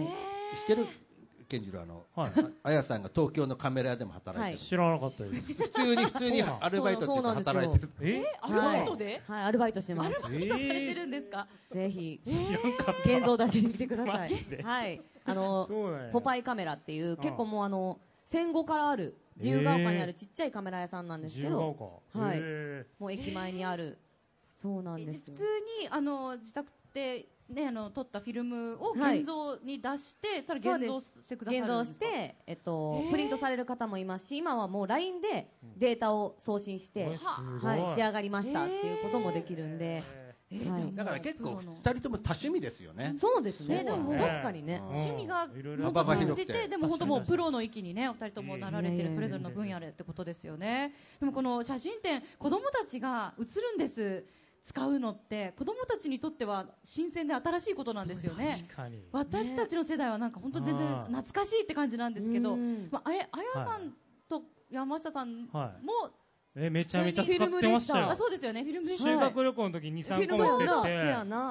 えー、してる健次郎、あの、はい、あやさんが東京のカメラ屋でも働いてる、はい、 知らなかったです。 普通に普通にアルバイトっていうか働いてる。 えー、アルバイトで、 はい、はい、アルバイトしてます。 アルバイトされてるんですか。 えー、ぜひ知らんかった。 現像出しに来てください。はい、あのポパイカメラっていう結構もうあの戦後からある自由が丘にあるちっちゃいカメラ屋さんなんですけど、はい、もう駅前にある。そうなんです。 普通にあの自宅でね、あの撮ったフィルムを現像に出して、はい、それ現像してくださるんですか。 現像して、えっと、プリントされる方もいますし、今はもう ライン でデータを送信して、うん、はい、仕上がりましたっていうこともできるんで、 えーはい、だから結構ふたりとも多趣味ですよね。 そうですね、 でも確かにね、 趣味が本当感じて、でも本当もうプロの域にねお二人ともなられてるそれぞれの分野でってことですよね。でもこの写真展子どもたちが写るんです使うのって子どもたちにとっては新鮮で新しいことなんですよね。 確かに私たちの世代はなんか本当全然懐かしいって感じなんですけど、まあ、あれあやさんと山下さんも、はい、 えめちゃめちゃ使ってましたよ。 あ、そうですよね、フィルムでした。 修学旅行の時にさんこ持ってって、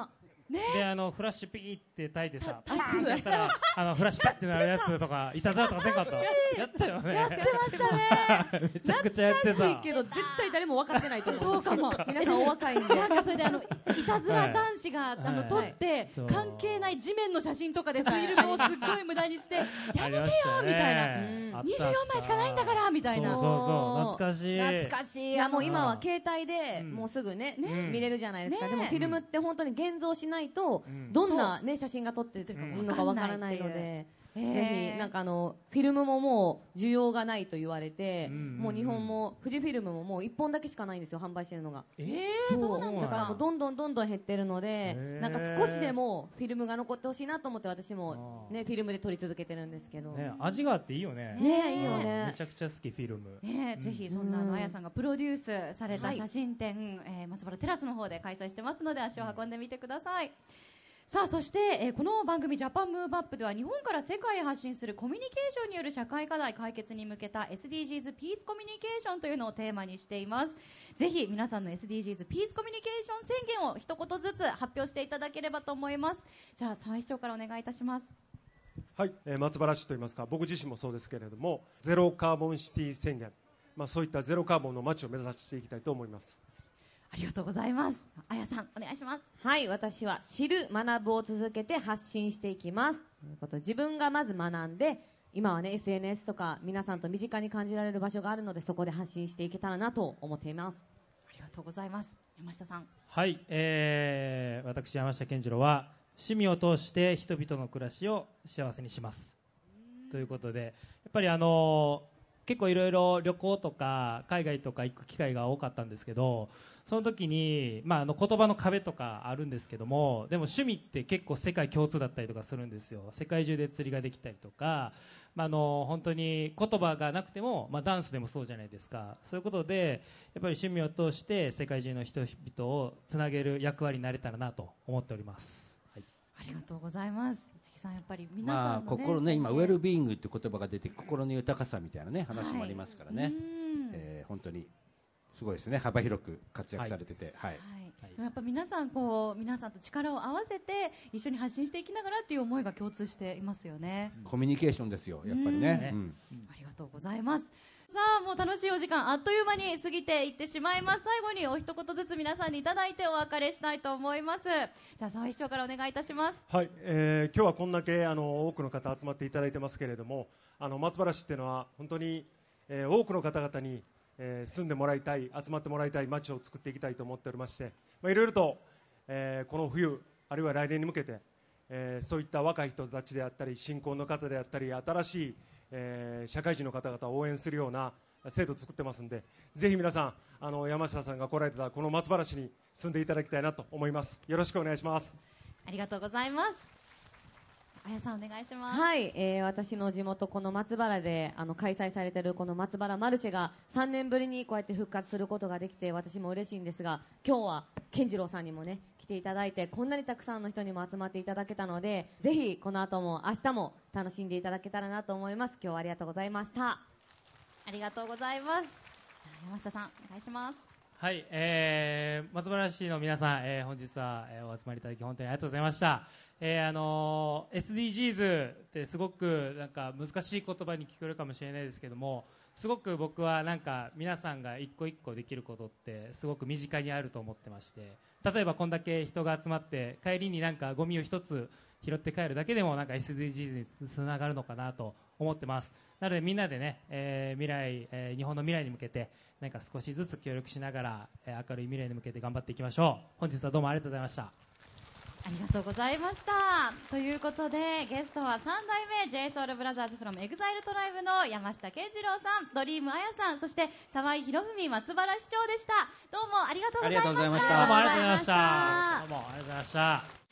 ね、であのフラッシュピーって焚いてさパーンってやったらあのフラッシュピーってなるやつとかいたずらとかせんかったやったよねやってましたねめちゃくちゃやってさ懐かしいけど絶対誰も分かってないと思うそうかも皆さんお若いんでなんかそれであのいたずら男子が、はい、あの撮って、はい、関係ない地面の写真とかでフィルムをすっごい無駄にしてやめてよみたいな、うん、にじゅうよんまいしかないんだからみたいなそうそうそう懐かしい懐かしい。 いやもう今は携帯でもうすぐね、ね見れるじゃないですか、ね、でもフィルムって本当に現像しないと、うん、どんな、ね、写真が撮ってるのかわからないので、うん、ぜひなんかあのフィルムももう需要がないと言われて、うんうんうん、もう日本も富士フィルムももういっぽんだけしかないんですよ販売してるのが。 えー、そう, そうなんですか。 だからもうどんどんどんどん減ってるので、なんか少しでもフィルムが残ってほしいなと思って私も、ね、フィルムで撮り続けてるんですけど、 ね、味があっていいよね。 ねいいよね。 めちゃくちゃ好きフィルム、 ねうん、ぜひそんなあのあやさんがプロデュースされた写真展、はいえー、松原テラスの方で開催してますので足を運んでみてください、うんさあそして、えー、この番組ジャパンムーブアップでは日本から世界へ発信するコミュニケーションによる社会課題解決に向けた エスディージーズ ピースコミュニケーションというのをテーマにしています。ぜひ皆さんの エスディージーズ ピースコミュニケーション宣言を一言ずつ発表していただければと思います。じゃあ沢井市長からお願いいたします。 はい、えー、松原市といいますか僕自身もそうですけれどもゼロカーボンシティ宣言、まあ、そういったゼロカーボンの街を目指していきたいと思います。 ありがとうございます。あやさんお願いします。 はい、私は知る学ぶを続けて発信していきますということで、自分がまず学んで今はね エスエヌエス とか皆さんと身近に感じられる場所があるのでそこで発信していけたらなと思っています。 ありがとうございます。山下さん。 はい、えー、私山下健二郎は趣味を通して人々の暮らしを幸せにしますということで、やっぱりあのー結構いろいろ旅行とか海外とか行く機会が多かったんですけど、その時に、まあ、あの言葉の壁とかあるんですけども、でも趣味って結構世界共通だったりとかするんですよ。世界中で釣りができたりとか、まあ、あの本当に言葉がなくても、まあ、ダンスでもそうじゃないですか。そういうことでやっぱり趣味を通して世界中の人々をつなげる役割になれたらなと思っております。はい、 ありがとうございます。市木さんやっぱり皆さんの、ねまあ、心ね今ウェルビーイングって言葉が出て心の豊かさみたいなね話もありますからね、はいえー、本当にすごいですね。幅広く活躍されてて、はいはいはい、やっぱ皆さんこう皆さんと力を合わせて一緒に発信していきながらっていう思いが共通していますよね。 コミュニケーションですよやっぱりね、うんうん、ありがとうございます。さあもう楽しいお時間あっという間に過ぎていってしまいます。最後にお一言ずつ皆さんにいただいてお別れしたいと思います。じゃあ沢井市長からお願いいたします。 はい、えー、今日はこんだけあの多くの方集まっていただいてますけれども、あの松原市っていうのは本当に、えー、多くの方々に、えー、住んでもらいたい集まってもらいたい街を作っていきたいと思っておりまして、まあ、いろいろと、えー、この冬あるいは来年に向けて、えー、そういった若い人たちであったり新婚の方であったり新しいえー、社会人の方々を応援するような制度を作ってますんで、ぜひ皆さんあの山下さんが来られたこの松原市に住んでいただきたいなと思います。よろしくお願いします。 ありがとうございます。あやさんお願いします。 はい、えー、私の地元この松原であの開催されているこの松原マルシェがさんねんぶりにこうやって復活することができて私も嬉しいんですが、今日は健次郎さんにもね来ていただいてこんなにたくさんの人にも集まっていただけたので、ぜひこの後も明日も楽しんでいただけたらなと思います。今日はありがとうございました。 ありがとうございます。じゃあ山下さんお願いします。 はい、えー、松原市の皆さん、えー、本日は、えー、お集まりいただき本当にありがとうございました。えーあのー、エスディージーズ ってすごくなんか難しい言葉に聞こえるかもしれないですけども、すごく僕はなんか皆さんが一個一個できることってすごく身近にあると思ってまして、例えばこんだけ人が集まって帰りになんかゴミを一つ拾って帰るだけでもなんか エスディージーズ につながるのかなと思ってます。なのでみんなでね、えー、未来、えー、日本の未来に向けてなんか少しずつ協力しながら、えー、明るい未来に向けて頑張っていきましょう。本日はどうもありがとうございました。 ありがとうございました。ということでゲストはさん代目 ジェイソウルブラザーズ from エグザイルトライブの山下健二郎さん、ドリームあやさん、そして沢井博文松原市長でした。どうもありがとうございました。 ありがとうございました。 どうもありがとうございました。どうもありがとうございました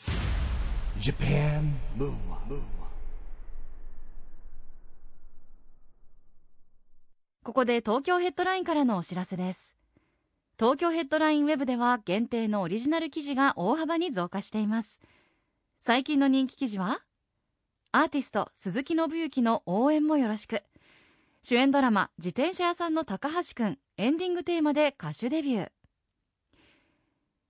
。Japan Move On。 ここで東京ヘッドラインからのお知らせです。東京ヘッドラインウェブでは限定のオリジナル記事が大幅に増加しています。最近の人気記事はアーティスト鈴木信之の応援もよろしく、主演ドラマ自転車屋さんの高橋くんエンディングテーマで歌手デビュー、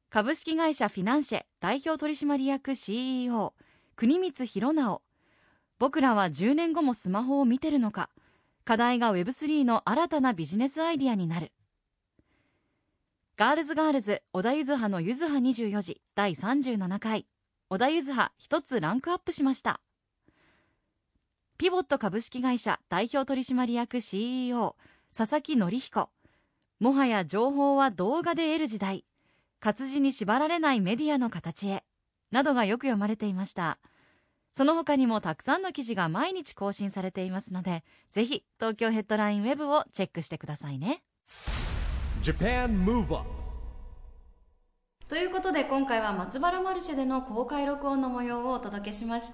株式会社フィナンシェ代表取締役 シーイーオー 国光弘直。僕らはじゅうねんごもスマホを見てるのか、課題が ウェブスリー の新たなビジネスアイディアになる。ガールズガールズ小田柚葉の柚葉にじゅうよじだいさんじゅうななかい、小田柚葉一つランクアップしました。ピボット株式会社代表取締役 シーイーオー 佐々木則彦。もはや情報は動画で得る時代、活字に縛られないメディアの形へ、などがよく読まれていました。その他にもたくさんの記事が毎日更新されていますので、ぜひ東京ヘッドラインウェブをチェックしてくださいね。 Japan Move Up。 ということで今回は松原マルシェでの公開録音の模様をお届けしました。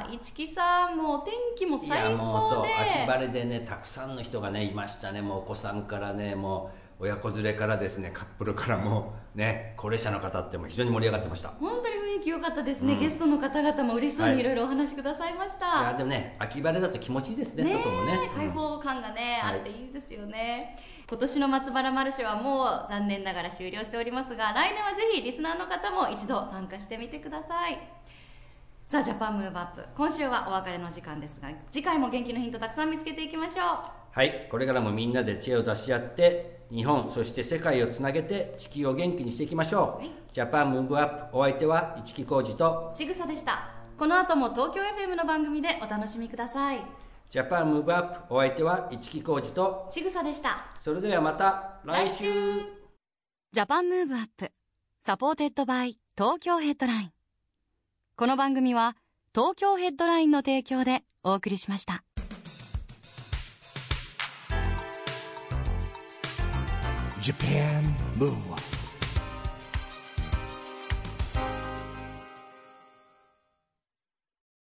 市木さん、もう天気も最高で、いやもうそう、 秋晴れでね、たくさんの人がねいましたね。もうお子さんからね、もう親子連れからですね、カップルからもね、高齢者の方っても非常に盛り上がってました。 本当に雰囲気良かったですね、うん、ゲストの方々も嬉しそうにいろいろお話しくださいました、 はい、いやでもね、秋晴れだと気持ちいいですね、ね、外もね、 開放感がね、うん、あっていいですよね、はい。今年の松原マルシェはもう残念ながら終了しておりますが、来年はぜひリスナーの方も一度参加してみてください。さあ、ジャパンムーブアップ、今週はお別れの時間ですが、次回も元気のヒントたくさん見つけていきましょう。 はい、これからもみんなで知恵を出し合って日本そして世界をつなげて地球を元気にしていきましょう、はい、ジャパンムーブアップ、お相手は市木浩二とちぐさでした。この後も東京 エフエム の番組でお楽しみください。 ジャパンムーブアップ、お相手は市木浩二とちぐさでした。 それではまた来週。 ジャパンムーブアップ、サポーテッドバイ東京ヘッドライン。この番組は東京ヘッドラインの提供でお送りしました。 Japan Move Up。